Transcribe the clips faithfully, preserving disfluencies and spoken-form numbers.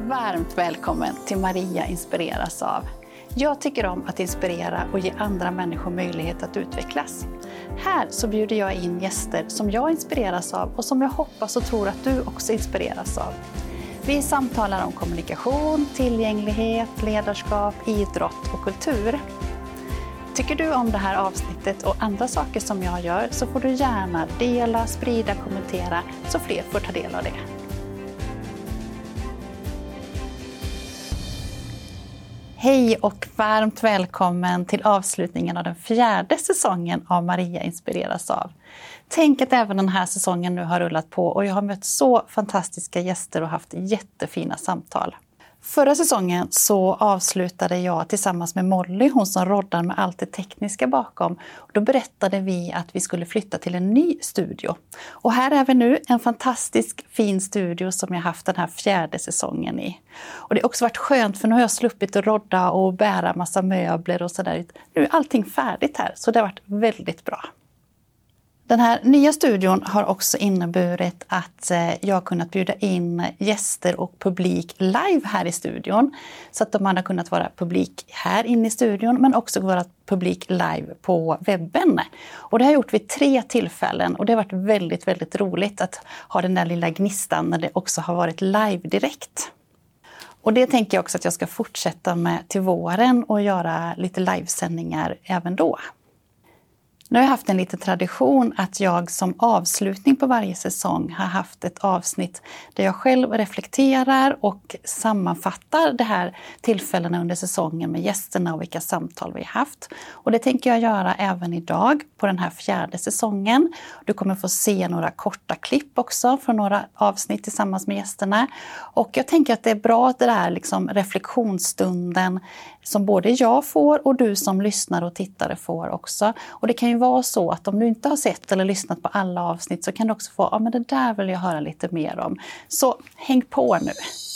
Varmt välkommen till Maria inspireras av. Jag tycker om att inspirera och ge andra människor möjlighet att utvecklas. Här så bjuder jag in gäster som jag inspireras av och som jag hoppas och tror att du också inspireras av. Vi samtalar om kommunikation, tillgänglighet, ledarskap, idrott och kultur. Tycker du om det här avsnittet och andra saker som jag gör så får du gärna dela, sprida, kommentera så fler får ta del av det. Hej och varmt välkommen till avslutningen av den fjärde säsongen av Maria inspireras av. Tänk att även den här säsongen nu har rullat på och jag har mött så fantastiska gäster och haft jättefina samtal. Förra säsongen så avslutade jag tillsammans med Molly, hon som roddar med allt det tekniska bakom. Då berättade vi att vi skulle flytta till en ny studio. Och här är vi nu, en fantastisk fin studio som jag haft den här fjärde säsongen i. Och det har också varit skönt för nu har jag sluppit att rodda och bära massa möbler och sådär. Nu är allting färdigt här så det har varit väldigt bra. Den här nya studion har också inneburit att jag har kunnat bjuda in gäster och publik live här i studion. Så att de hade kunnat vara publik här inne i studion men också vara publik live på webben. Och det har jag gjort vid tre tillfällen och det har varit väldigt, väldigt roligt att ha den där lilla gnistan när det också har varit live direkt. Och det tänker jag också att jag ska fortsätta med till våren och göra lite livesändningar även då. Nu har jag haft en liten tradition att jag som avslutning på varje säsong har haft ett avsnitt där jag själv reflekterar och sammanfattar det här tillfällena under säsongen med gästerna och vilka samtal vi har haft. Och det tänker jag göra även idag på den här fjärde säsongen. Du kommer få se några korta klipp också från några avsnitt tillsammans med gästerna. Och jag tänker att det är bra att det där liksom reflektionsstunden som både jag får och du som lyssnar och tittare får också. Och det kan ju vara så att om du inte har sett eller lyssnat på alla avsnitt så kan du också få, ja men det där vill jag höra lite mer om. Så häng på nu!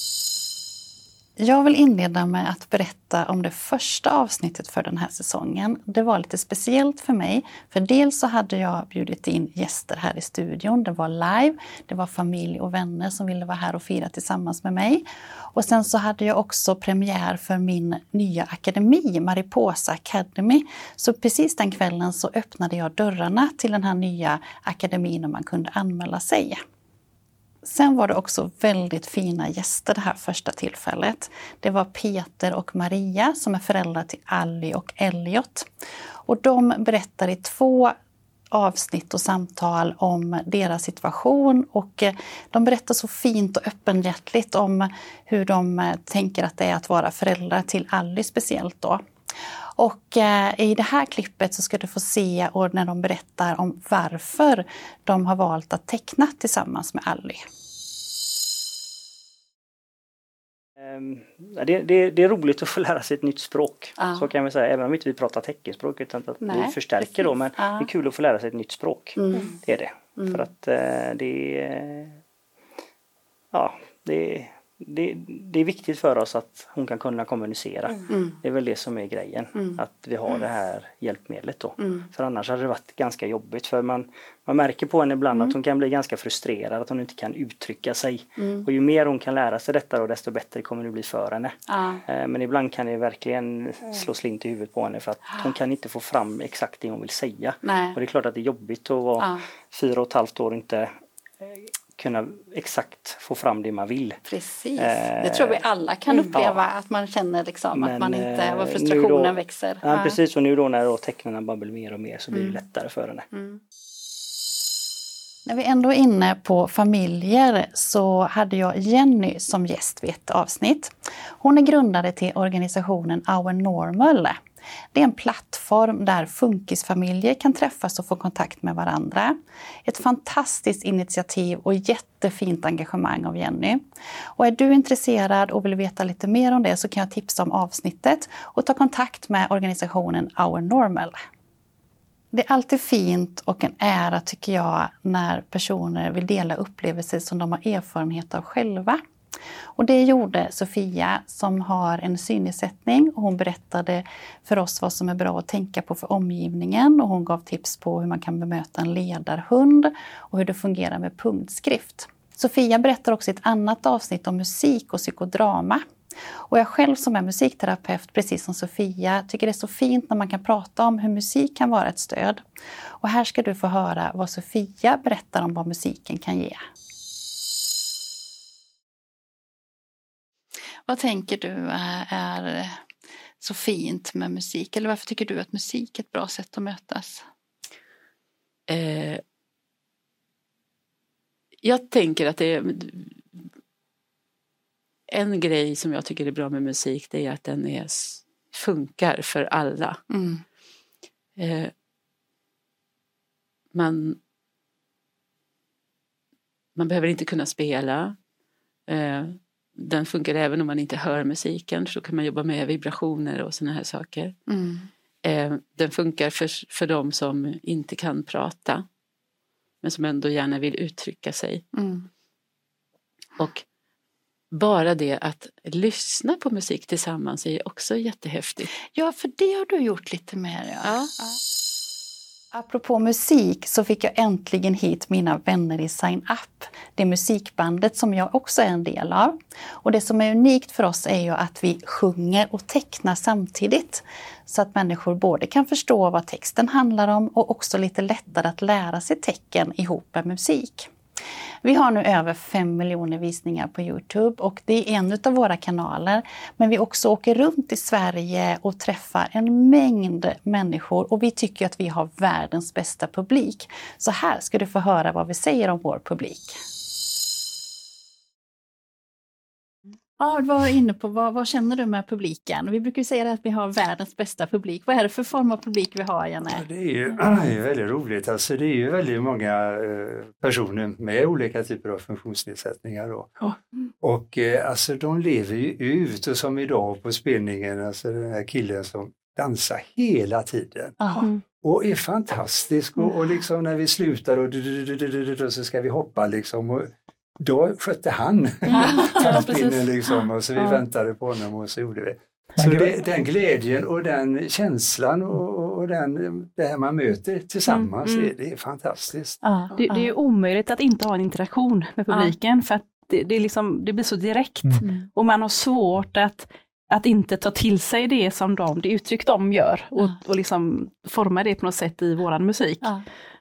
Jag vill inleda med att berätta om det första avsnittet för den här säsongen. Det var lite speciellt för mig. För dels så hade jag bjudit in gäster här i studion. Det var live. Det var familj och vänner som ville vara här och fira tillsammans med mig. Och sen så hade jag också premiär för min nya akademi, Mariposa Academy. Så precis den kvällen så öppnade jag dörrarna till den här nya akademin och man kunde anmäla sig. Sen var det också väldigt fina gäster det här första tillfället. Det var Peter och Maria som är föräldrar till Ali och Elliot. Och de berättar i två avsnitt och samtal om deras situation och de berättar så fint och öppenhjärtligt om hur de tänker att det är att vara föräldrar till Ali speciellt då. Och eh, i det här klippet så ska du få se och när de berättar om varför de har valt att teckna tillsammans med Ali. Det, det, det är roligt att få lära sig ett nytt språk. Ja. Så kan vi säga, även om inte vi pratar teckenspråk utan att Nej, vi förstärker precis. då. Men Ja. det är kul att få lära sig ett nytt språk. Mm. Det är det. Mm. För att eh, det är ja, det, det, det är viktigt för oss att hon kan kunna kommunicera. Mm. Det är väl det som är grejen. Mm. Att vi har det här hjälpmedlet då. Mm. För annars hade det varit ganska jobbigt. För man, man märker på henne ibland Mm. att hon kan bli ganska frustrerad. Att hon inte kan uttrycka sig. Mm. Och ju mer hon kan lära sig detta då, desto bättre kommer det bli för henne. Ja. Eh, Men ibland kan det verkligen slå slint i huvudet på henne. För att hon kan inte få fram exakt det hon vill säga. Nej. Och det är klart att det är jobbigt att vara Ja. fyra och ett halvt år och inte eh, kunna exakt få fram det man vill. Precis. Eh, Det tror vi alla kan mm. uppleva Ja. att man känner liksom Men, att man inte, eh, vad nu frustrationen då- växer. Ja, precis. Och nu då när då tecknarna bara blir mer och mer så blir det Mm. lättare för henne. Mm. När vi ändå är inne på familjer så hade jag Jenny som gäst vid ett avsnitt. Hon är grundare till organisationen Our Normal. Det är en plattform där funkisfamiljer kan träffas och få kontakt med varandra. Ett fantastiskt initiativ och jättefint engagemang av Jenny. Och är du intresserad och vill veta lite mer om det så kan jag tipsa om avsnittet och ta kontakt med organisationen Our Normal. Det är alltid fint och en ära tycker jag när personer vill dela upplevelser som de har erfarenhet av själva. Och det gjorde Sofia som har en synnedsättning och hon berättade för oss vad som är bra att tänka på för omgivningen och hon gav tips på hur man kan bemöta en ledarhund och hur det fungerar med punktskrift. Sofia berättar också i ett annat avsnitt om musik och psykodrama. Och jag själv som är musikterapeut, precis som Sofia, tycker det är så fint när man kan prata om hur musik kan vara ett stöd. Och här ska du få höra vad Sofia berättar om vad musiken kan ge. Vad tänker du är så fint med musik? Eller varför tycker du att musik är ett bra sätt att mötas? Eh, jag tänker att det är en grej som jag tycker är bra med musik, det är att den är, funkar för alla. Mm. Eh, man, man behöver inte kunna spela. Eh, den funkar även om man inte hör musiken, så kan man jobba med vibrationer och såna här saker. Mm. Eh, den funkar för, för de som inte kan prata, men som ändå gärna vill uttrycka sig. Mm. Och bara det att lyssna på musik tillsammans är också jättehäftigt. Ja, för det har du gjort lite mer. Ja. Ja. Ja. Apropå musik så fick jag äntligen hit mina vänner i Sign Up. Det musikbandet som jag också är en del av. Och det som är unikt för oss är ju att vi sjunger och tecknar samtidigt. Så att människor både kan förstå vad texten handlar om och också lite lättare att lära sig tecken ihop med musik. Vi har nu över fem miljoner visningar på YouTube och det är en av våra kanaler. Men vi också åker runt i Sverige och träffar en mängd människor och vi tycker att vi har världens bästa publik. Så här ska du få höra vad vi säger om vår publik. Ja, du var inne på vad, vad känner du med publiken? Vi brukar ju säga att vi har världens bästa publik. Vad är det för form av publik vi har, Janne? Ja, det är ju det är väldigt roligt. Alltså, det är ju väldigt många eh, personer med olika typer av funktionsnedsättningar. Då. Oh. Och eh, alltså, de lever ju ut, och som idag på spelningen, alltså den här killen som dansar hela tiden. Mm. Och är fantastisk. Och, och liksom när vi slutar och, och så ska vi hoppa liksom och då skötte han tandpinnen liksom, och så vi ja. väntade på honom och så gjorde vi. Så det, den glädjen och den känslan och, och den, det här man möter tillsammans, mm. det, det är fantastiskt. Ja. Det, det är omöjligt att inte ha en interaktion med publiken, ja. för att det, det, är liksom, det blir så direkt. Mm. Och man har svårt att, att inte ta till sig det som de, det uttryck de gör och, ja. och liksom forma det på något sätt i våran musik. Ja.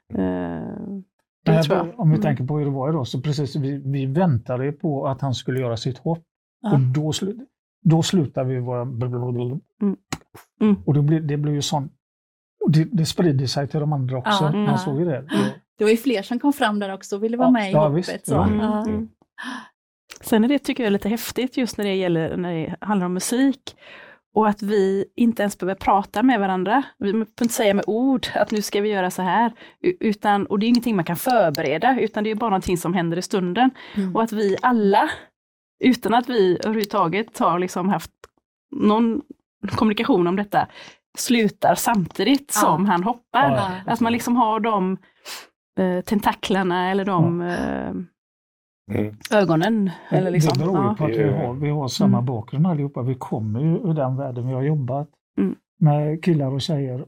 Uh, Det tror jag. Om vi mm. tänker på hur det var idag, så precis vi, vi väntade på att han skulle göra sitt hopp. Ja. Och då, slu, då slutar vi vara mm. Mm. och det blir, det blir ju sån, och det, det sprider sig till de andra också. Ja. Man såg ju det. Ja. Det var ju fler som kom fram där också och ville vara med ja, i hoppet. Visst. Så. Mm. Ja. Mm. Sen är det, tycker jag, lite häftigt just när det gäller, när det handlar om musik. Och att vi inte ens behöver prata med varandra. Vi behöver inte säga med ord att nu ska vi göra så här. Utan, och det är ingenting man kan förbereda, utan det är bara någonting som händer i stunden. Mm. Och att vi alla, utan att vi överhuvudtaget har liksom haft någon kommunikation om detta, slutar samtidigt ja. som han hoppar. Ja, att man liksom har de eh, tentaklarna eller de... Eh, Mm. ögonen. Eller liksom. Det beror ju på att vi har, vi har samma mm. bakgrund allihopa. Vi kommer ju ur den världen. Vi har jobbat mm. med killar och tjejer,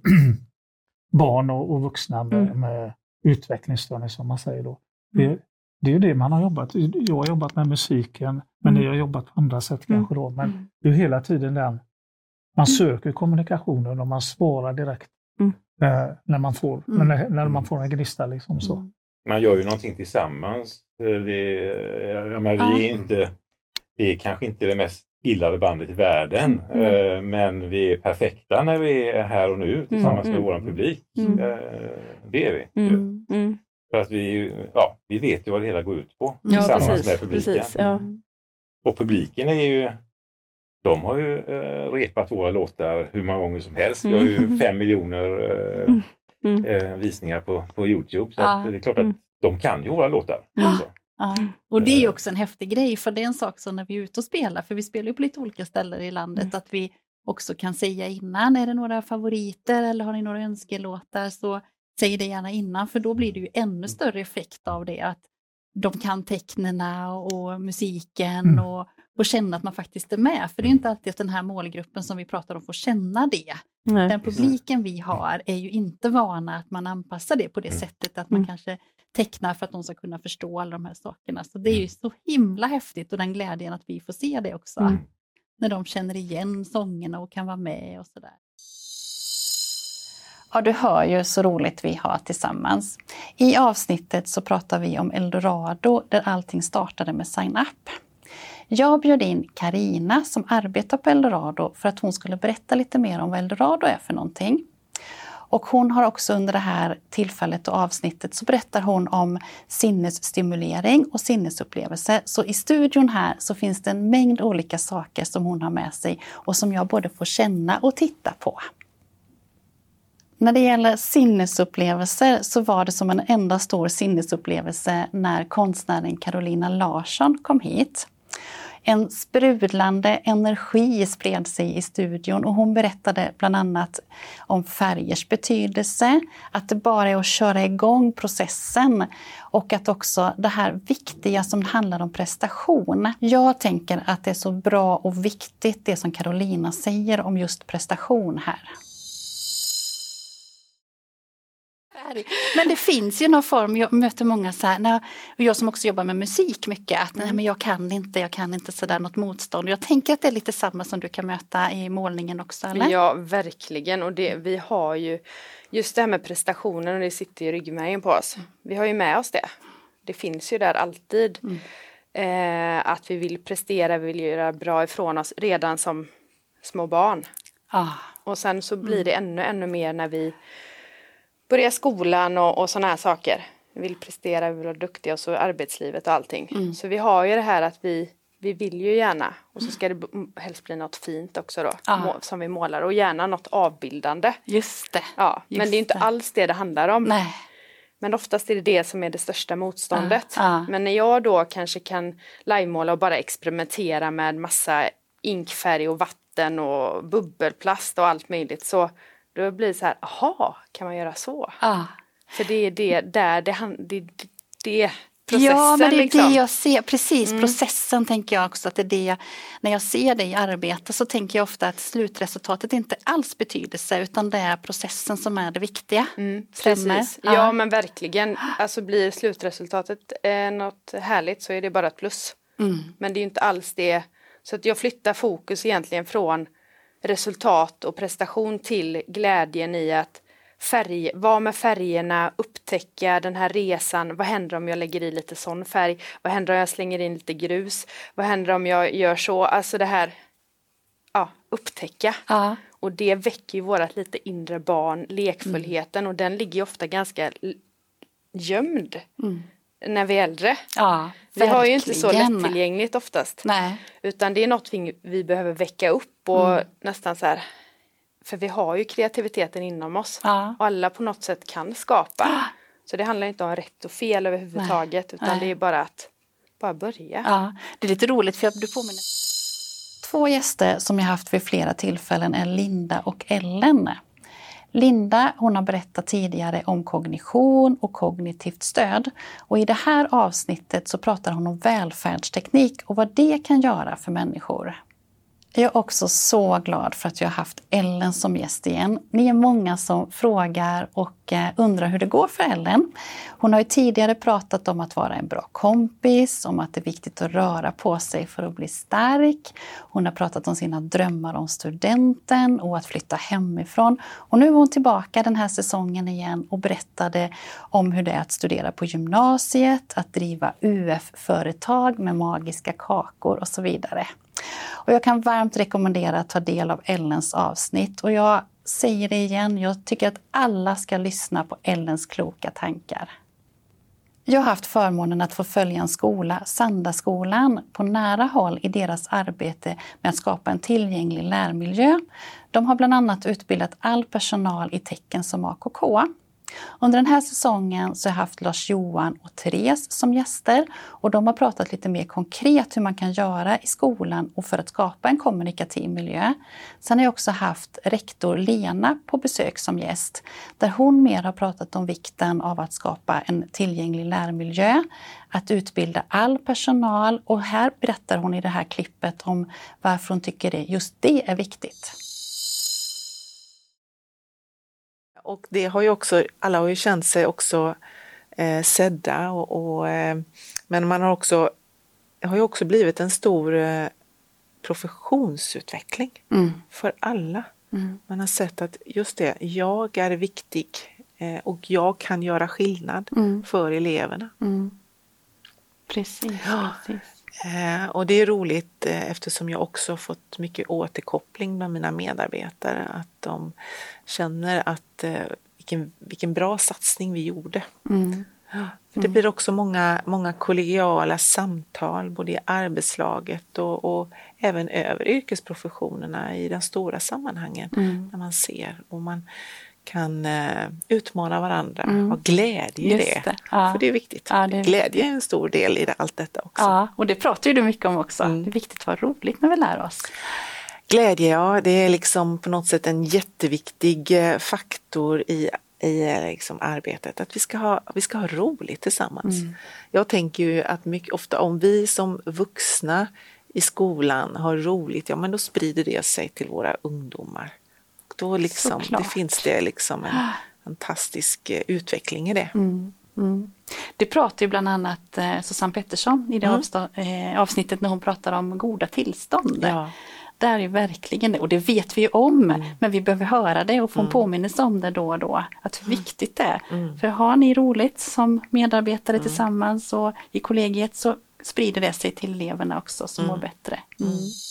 barn och, och vuxna med, mm. med utvecklingsstörning, som man säger då. Mm. Det, det är ju det man har jobbat. Jag har jobbat med musiken, men mm. ni har jobbat på andra sätt mm. kanske då. Men mm. det är ju hela tiden den, man söker kommunikationen och man svarar direkt mm. eh, när, man får, mm. när, när man får en gnista liksom så. Mm. Man gör ju någonting tillsammans. Vi, jag menar, vi, är inte, vi är kanske inte det mest gillade bandet i världen. Mm. Men vi är perfekta när vi är här och nu tillsammans mm. med vår publik. Mm. Det är vi. Mm. Mm. För att vi, ja, vi vet ju vad det hela går ut på tillsammans ja, med publiken. Precis, ja. Och publiken är ju, de har ju äh, repat våra låtar hur många gånger som helst. Vi har ju fem miljoner äh, mm. äh, visningar på, på YouTube. Så ja. att det är klart att mm. de kan ju våra låtar. Ja. Också. Ja. Och det är ju också en häftig grej, för det är en sak som när vi är ute och spelar, för vi spelar ju på lite olika ställen i landet, mm. att vi också kan säga innan, är det några favoriter eller har ni några önskelåtar, så säg det gärna innan, för då blir det ju ännu större effekt av det, att de kan tecknena och musiken mm. och, och känna att man faktiskt är med, för det är inte alltid att den här målgruppen som vi pratar om får känna det. Nej. Den publiken vi har är ju inte vana att man anpassar det på det sättet, att man mm. kanske tecknar för att de ska kunna förstå alla de här sakerna. Så det är ju så himla häftigt och den glädjen att vi får se det också. Mm. När de känner igen sångerna och kan vara med och sådär. Ja, du hör ju så roligt vi har tillsammans. I avsnittet så pratar vi om Eldorado där allting startade med Sign Up. Jag bjöd in Carina som arbetar på Eldorado för att hon skulle berätta lite mer om vad Eldorado är för någonting. Och hon har också under det här tillfället och avsnittet så berättar hon om sinnesstimulering och sinnesupplevelse. Så i studion här så finns det en mängd olika saker som hon har med sig och som jag både får känna och titta på. När det gäller sinnesupplevelser så var det som en enda stor sinnesupplevelse när konstnären Carolina Larsson kom hit. En sprudlande energi spred sig i studion och hon berättade bland annat om färgers betydelse, att det bara är att köra igång processen och att också det här viktiga som handlar om prestation. Jag tänker att det är så bra och viktigt det som Carolina säger om just prestation här. Men det finns ju någon form, jag möter många så här, när, och jag som också jobbar med musik mycket, att nej, men jag kan inte, jag kan inte sådär något motstånd. Jag tänker att det är lite samma som du kan möta i målningen också, eller? Ja, verkligen. Och det, vi har ju, just det här med prestationen, och det sitter i ryggmärgen på oss. Vi har ju med oss det. Det finns ju där alltid. Mm. Eh, att vi vill prestera, vi vill göra bra ifrån oss redan som små barn. Ah. Och sen så blir det ännu, ännu mer när vi börja skolan och, och såna här saker. Vi vill prestera, vi vill vara duktiga och så arbetslivet och allting. Mm. Så vi har ju det här att vi, vi vill ju gärna. Och så ska det helst bli något fint också då. Ah. Må, som vi målar. Och gärna något avbildande. Just det. Ja, Just men det är inte det. alls det det handlar om. Nej. Men oftast är det det som är det största motståndet. Ah. Ah. Men när jag då kanske kan livemåla och bara experimentera med massa inkfärg och vatten och bubbelplast och allt möjligt, så då blir det så här, aha, kan man göra så? Ah. För det är det där, det, det, det, det processen. Ja, men det är liksom. det jag ser, precis, mm. processen tänker jag också att det är det, när jag ser det i arbete så tänker jag ofta att slutresultatet inte alls betydelse utan det är processen som är det viktiga. Mm, precis, ja. ja men verkligen, alltså blir slutresultatet eh, något härligt så är det bara ett plus. Mm. Men det är ju inte alls det, så att jag flyttar fokus egentligen från resultat och prestation till glädjen i att färg, vara med färgerna, upptäcka den här resan. Vad händer om jag lägger i lite sån färg? Vad händer om jag slänger in lite grus? Vad händer om jag gör så? Alltså det här, ja, upptäcka. Ja. Och det väcker ju vårat lite inre barn, lekfullheten. Mm. Och den ligger ju ofta ganska gömd mm. när vi är äldre. Ja, vi har ju inte så lättillgängligt oftast. Nej. Utan det är något vi, vi behöver väcka upp och mm. nästan så här. För vi har ju kreativiteten inom oss. Ja. Och alla på något sätt kan skapa. Ja. Så det handlar inte om rätt och fel överhuvudtaget. Nej. Utan Nej. det är bara att bara börja. Ja, det är lite roligt för du påminner. Två gäster som jag haft vid flera tillfällen är Linda och Ellen. Linda, hon har berättat tidigare om kognition och kognitivt stöd. Och i det här avsnittet så pratar hon om välfärdsteknik och vad det kan göra för människor. Jag är också så glad för att jag har haft Ellen som gäst igen. Ni är många som frågar och undrar hur det går för Ellen. Hon har ju tidigare pratat om att vara en bra kompis, om att det är viktigt att röra på sig för att bli stark. Hon har pratat om sina drömmar om studenten och att flytta hemifrån. Och nu är hon tillbaka den här säsongen igen och berättade om hur det är att studera på gymnasiet, att driva U F-företag med magiska kakor och så vidare. Och jag kan varmt rekommendera att ta del av Ellens avsnitt. Och jag säger det igen, jag tycker att alla ska lyssna på Ellens kloka tankar. Jag har haft förmånen att få följa en skola, Sandaskolan, på nära håll i deras arbete med att skapa en tillgänglig lärmiljö. De har bland annat utbildat all personal i tecken som A K K. Under den här säsongen så har jag haft Lars-Johan och Therese som gäster och de har pratat lite mer konkret hur man kan göra i skolan och för att skapa en kommunikativ miljö. Sen har jag också haft rektor Lena på besök som gäst där hon mer har pratat om vikten av att skapa en tillgänglig lärmiljö, att utbilda all personal och här berättar hon i det här klippet om varför hon tycker det just det är viktigt. Och det har ju också, alla har ju känt sig också eh, sedda. Och, och, eh, men man har också, det har ju också blivit en stor eh, professionsutveckling mm. för alla. Mm. Man har sett att just det, jag är viktig eh, och jag kan göra skillnad mm. för eleverna. Mm. Precis, ja. precis. Eh, och det är roligt eh, eftersom jag också fått mycket återkoppling med mina medarbetare. Att de känner att eh, vilken, vilken bra satsning vi gjorde. Mm. Ja, för det blir också många, många kollegiala samtal både i arbetslaget och, och även över yrkesprofessionerna i den stora sammanhangen. Mm. Där man ser och man kan uh, utmana varandra, mm. ha glädje i det. det. Ja. För det är viktigt. Ja, det är glädje är en stor del i det, allt detta också. Ja, och det pratar ju du mycket om också. Mm. Det är viktigt att vara roligt när vi lär oss. Glädje, ja, det är liksom på något sätt en jätteviktig faktor i i liksom arbetet, att vi ska ha, vi ska ha roligt tillsammans. Mm. Jag tänker ju att mycket ofta om vi som vuxna i skolan har roligt, ja men då sprider det sig till våra ungdomar. Då liksom, det finns det liksom en fantastisk utveckling i det. Mm. Mm. Det pratar ju bland annat eh, Susanne Pettersson i det mm. avstå, eh, avsnittet när hon pratar om goda tillstånd. Ja. Där är verkligen det, och det vet vi ju om, mm. men vi behöver höra det och få en mm. påminnelse om det då och då, att hur viktigt det är. Mm. För har ni roligt som medarbetare mm. tillsammans och i kollegiet så sprider det sig till eleverna också som mm. mår bättre. Mm.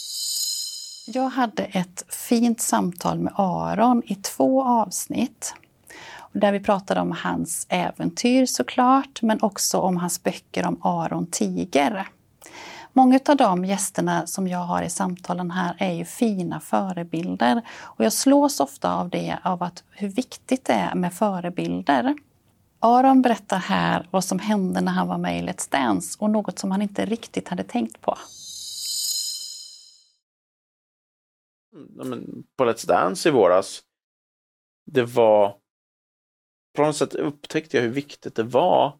Jag hade ett fint samtal med Aron i två avsnitt. Där vi pratade om hans äventyr såklart, men också om hans böcker om Aron Tiger. Många av de gästerna som jag har i samtalen här är ju fina förebilder. Och jag slås ofta av det, av att hur viktigt det är med förebilder. Aron berättar här vad som hände när han var med i Let's Dance och något som han inte riktigt hade tänkt på. På Let's Dance i våras, det var, på något sätt upptäckte jag hur viktigt det var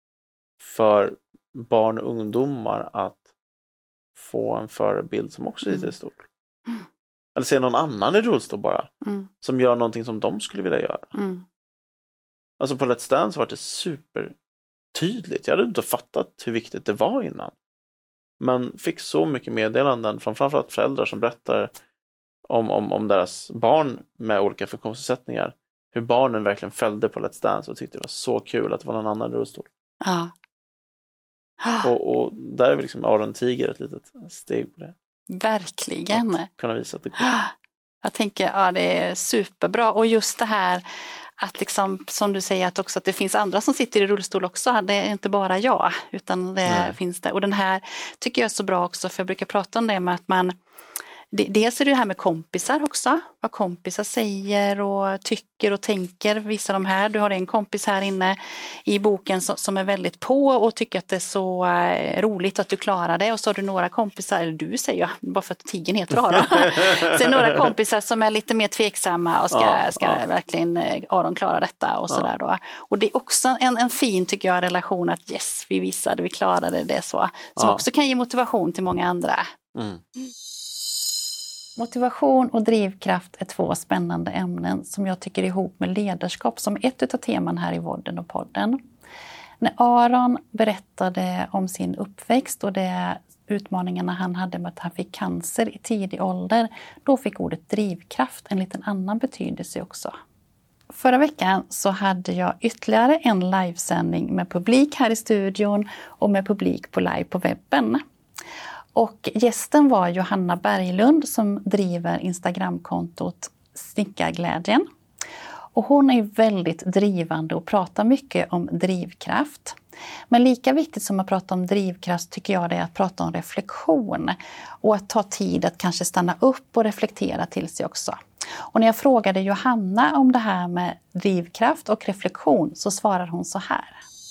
för barn och ungdomar att få en förebild som också sitter i stol. Mm. Eller se någon annan i rullstol bara. Mm. Som gör någonting som de skulle vilja göra. Mm. Alltså på Let's Dance var det supertydligt. Jag hade inte fattat hur viktigt det var innan. Men fick så mycket meddelanden från framförallt föräldrar som berättar om, om, om deras barn med olika funktionsnedsättningar. Hur barnen verkligen följde på Let's Dance och tyckte det var så kul att det var någon annan i rullstol. Ja. Och, och där är vi liksom Aron Tiger ett litet steg på det. Verkligen. Att kunna visa att det går. Jag tänker, ja, det är superbra. Och just det här att liksom, som du säger, att också att det finns andra som sitter i rullstol också. Det är inte bara jag, utan det Nej. finns det. Och den här tycker jag är så bra också, för jag brukar prata om det med att man, dels är det här med kompisar också, vad kompisar säger och tycker och tänker. Vissa av de här, du har en kompis här inne i boken som är väldigt på och tycker att det är så roligt att du klarar det. Och så har du några kompisar, eller du säger jag, bara för att tigern heter Aron. Så några kompisar som är lite mer tveksamma och ska, ja, ska ja. verkligen Aron klara detta och sådär då. Och det är också en, en fin, tycker jag, relation att yes, vi visade, vi klarade det så. Som ja. också kan ge motivation till många andra. Mm. Motivation och drivkraft är två spännande ämnen som jag tycker ihop med ledarskap som ett av teman här i Vodden och podden. När Aron berättade om sin uppväxt och de utmaningarna han hade med att han fick cancer i tidig ålder, då fick ordet drivkraft en liten annan betydelse också. Förra veckan så hade jag ytterligare en livesändning med publik här i studion och med publik på live på webben. Och gästen var Johanna Berglund som driver Instagramkontot Snickarglädjen. Och hon är väldigt drivande och pratar mycket om drivkraft. Men lika viktigt som att prata om drivkraft tycker jag det är att prata om reflektion. Och att ta tid att kanske stanna upp och reflektera till sig också. Och när jag frågade Johanna om det här med drivkraft och reflektion så svarar hon så här.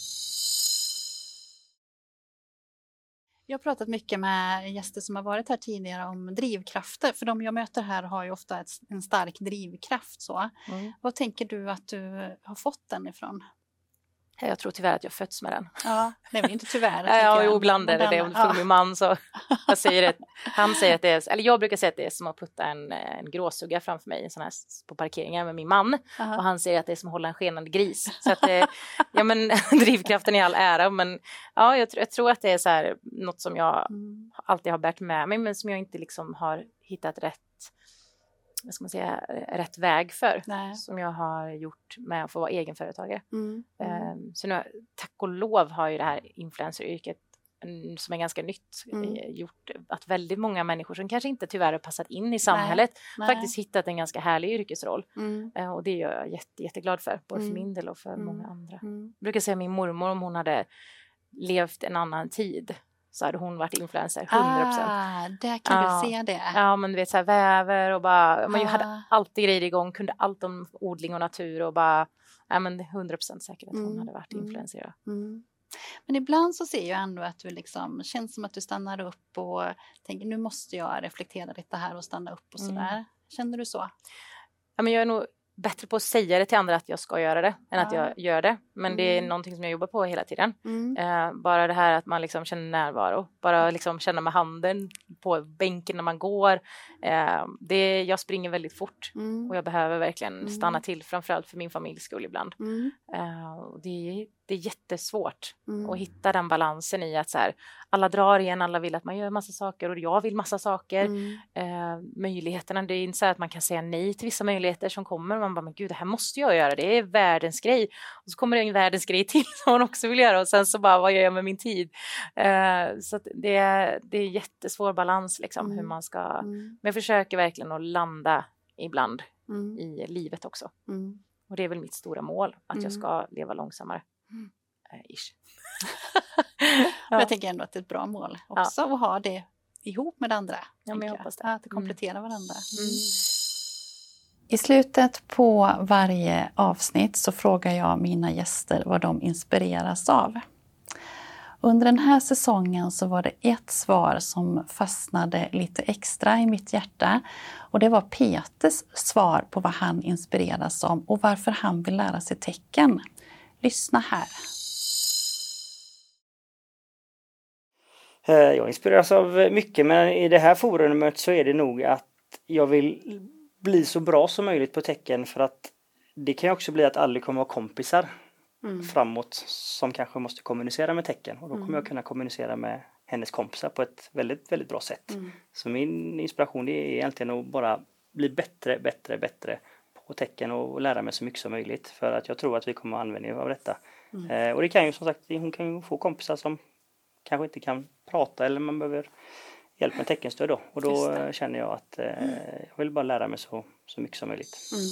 Jag har pratat mycket med gäster som har varit här tidigare om drivkrafter. För de jag möter här har ju ofta ett, en stark drivkraft. Så. Mm. Vad tänker du att du har fått den ifrån? Jag tror tyvärr att jag fötts med den. Ja, det är väl inte tyvärr. Ja, jo, ibland är det det. Om du frågar min man så jag säger det, han säger att det är, eller jag brukar säga att det är som att putta en, en gråsugga framför mig en sån här, på parkeringen med min man. Uh-huh. Och han säger att det är som att hålla en skenande gris. Så att det, ja men drivkraften i all ära, men ja, jag, jag tror att det är så här, något som jag mm. alltid har bärt med mig, men som jag inte liksom har hittat rätt, vad ska man säga, rätt väg för. Nej. Som jag har gjort med att få vara egenföretagare. Mm. Mm. Så nu, tack och lov har ju det här influenceryrket som är ganska nytt mm. gjort att väldigt många människor som kanske inte tyvärr har passat in i samhället Nej. Nej. faktiskt hittat en ganska härlig yrkesroll. Mm. Och det är jag jätte, jätteglad för, både mm. för min del och för mm. många andra. Mm. Jag brukar säga min mormor, om hon hade levt en annan tid så hade hon varit influencer, hundra procent. Ah, där kan ja. du se det. Ja, men du vet så här väver och bara, man ah. hade alltid grejer igång, kunde allt om odling och natur och bara, ja men hundra procent säkert att hon mm. hade varit influencer. Mm. Men ibland så ser jag ändå att du liksom, känns som att du stannar upp och tänker, nu måste jag reflektera lite här och stanna upp och sådär. Mm. Känner du så? Ja, men jag är nog bättre på att säga det till andra att jag ska göra det än ja. att jag gör det. Men mm. det är någonting som jag jobbar på hela tiden. Mm. Eh, bara det här att man liksom känner närvaro. Bara liksom känna med handen på bänken när man går. Eh, det, jag springer väldigt fort. Mm. Och jag behöver verkligen mm. stanna till. Framförallt för min familjs skull ibland. Mm. Eh, och det, det är jättesvårt mm. att hitta den balansen i att så här, alla drar igen, alla vill att man gör massa saker och jag vill massa saker. Mm. Eh, möjligheterna, det är inte så att man kan säga nej till vissa möjligheter som kommer och man bara, men gud, det här måste jag göra, det är världens grej. Och så kommer det en världens grej till som man också vill göra och sen så bara, vad gör jag med min tid? Eh, så att det, är, det är jättesvår balans liksom, mm. hur man ska, mm. men jag försöker verkligen att landa ibland mm. i livet också. Mm. Och det är väl mitt stora mål, att mm. jag ska leva långsammare. Mm. Eh, ish. Ja. Jag tänker ändå att det är ett bra mål också ja. att ha det ihop med det andra. Ja, men jag hoppas det. Ja, att det kompletterar mm. varandra. Mm. I slutet på varje avsnitt så frågar jag mina gäster vad de inspireras av. Under den här säsongen så var det ett svar som fastnade lite extra i mitt hjärta. Och det var Peters svar på vad han inspireras av och varför han vill lära sig tecken. Lyssna här. Jag inspireras av mycket, men i det här forumet så är det nog att jag vill bli så bra som möjligt på tecken, för att det kan ju också bli att aldrig kommer att vara kompisar mm. framåt som kanske måste kommunicera med tecken, och då kommer mm. jag kunna kommunicera med hennes kompisar på ett väldigt, väldigt bra sätt. Mm. Så min inspiration är egentligen att bara bli bättre, bättre, bättre på tecken och lära mig så mycket som möjligt, för att jag tror att vi kommer att använda av detta. Mm. Eh, och det kan ju som sagt, hon kan ju få kompisar som kanske inte kan prata eller man behöver hjälp med teckenstöd då. Och då känner jag att eh, jag vill bara lära mig så, så mycket som möjligt. Mm.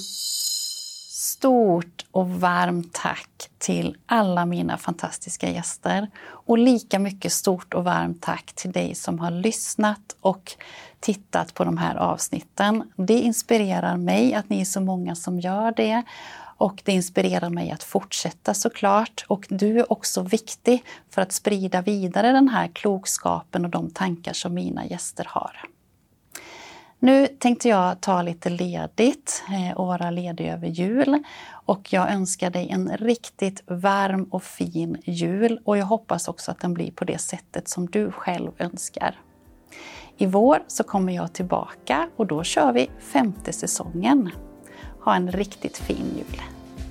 Stort och varmt tack till alla mina fantastiska gäster. Och lika mycket stort och varmt tack till dig som har lyssnat och tittat på de här avsnitten. Det inspirerar mig att ni är så många som gör det. Och det inspirerar mig att fortsätta såklart. Och du är också viktig för att sprida vidare den här klokskapen och de tankar som mina gäster har. Nu tänkte jag ta lite ledigt och vara ledig över jul. Och jag önskar dig en riktigt varm och fin jul. Och jag hoppas också att den blir på det sättet som du själv önskar. I vår så kommer jag tillbaka och då kör vi femte säsongen. Ha en riktigt fin jul.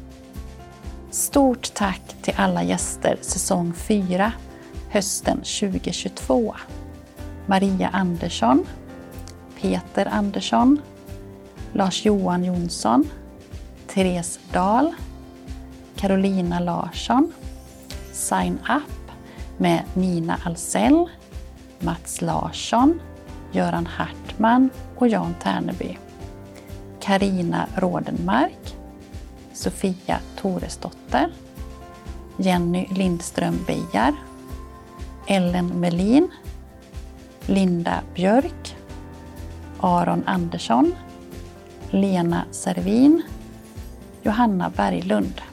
Stort tack till alla gäster säsong fyra, hösten tjugohundratjugotvå. Maria Andersson, Peter Andersson, Lars-Johan Jonsson, Therese Dahl, Carolina Larsson, Sign Up med Nina Alsell, Mats Larsson, Göran Hartman och Jan Tärneby. Karina Rådenmark, Sofia Toresdotter, Jenny Lindström Bejar, Ellen Melin, Linda Björk, Aron Andersson, Lena Servin, Johanna Berglund.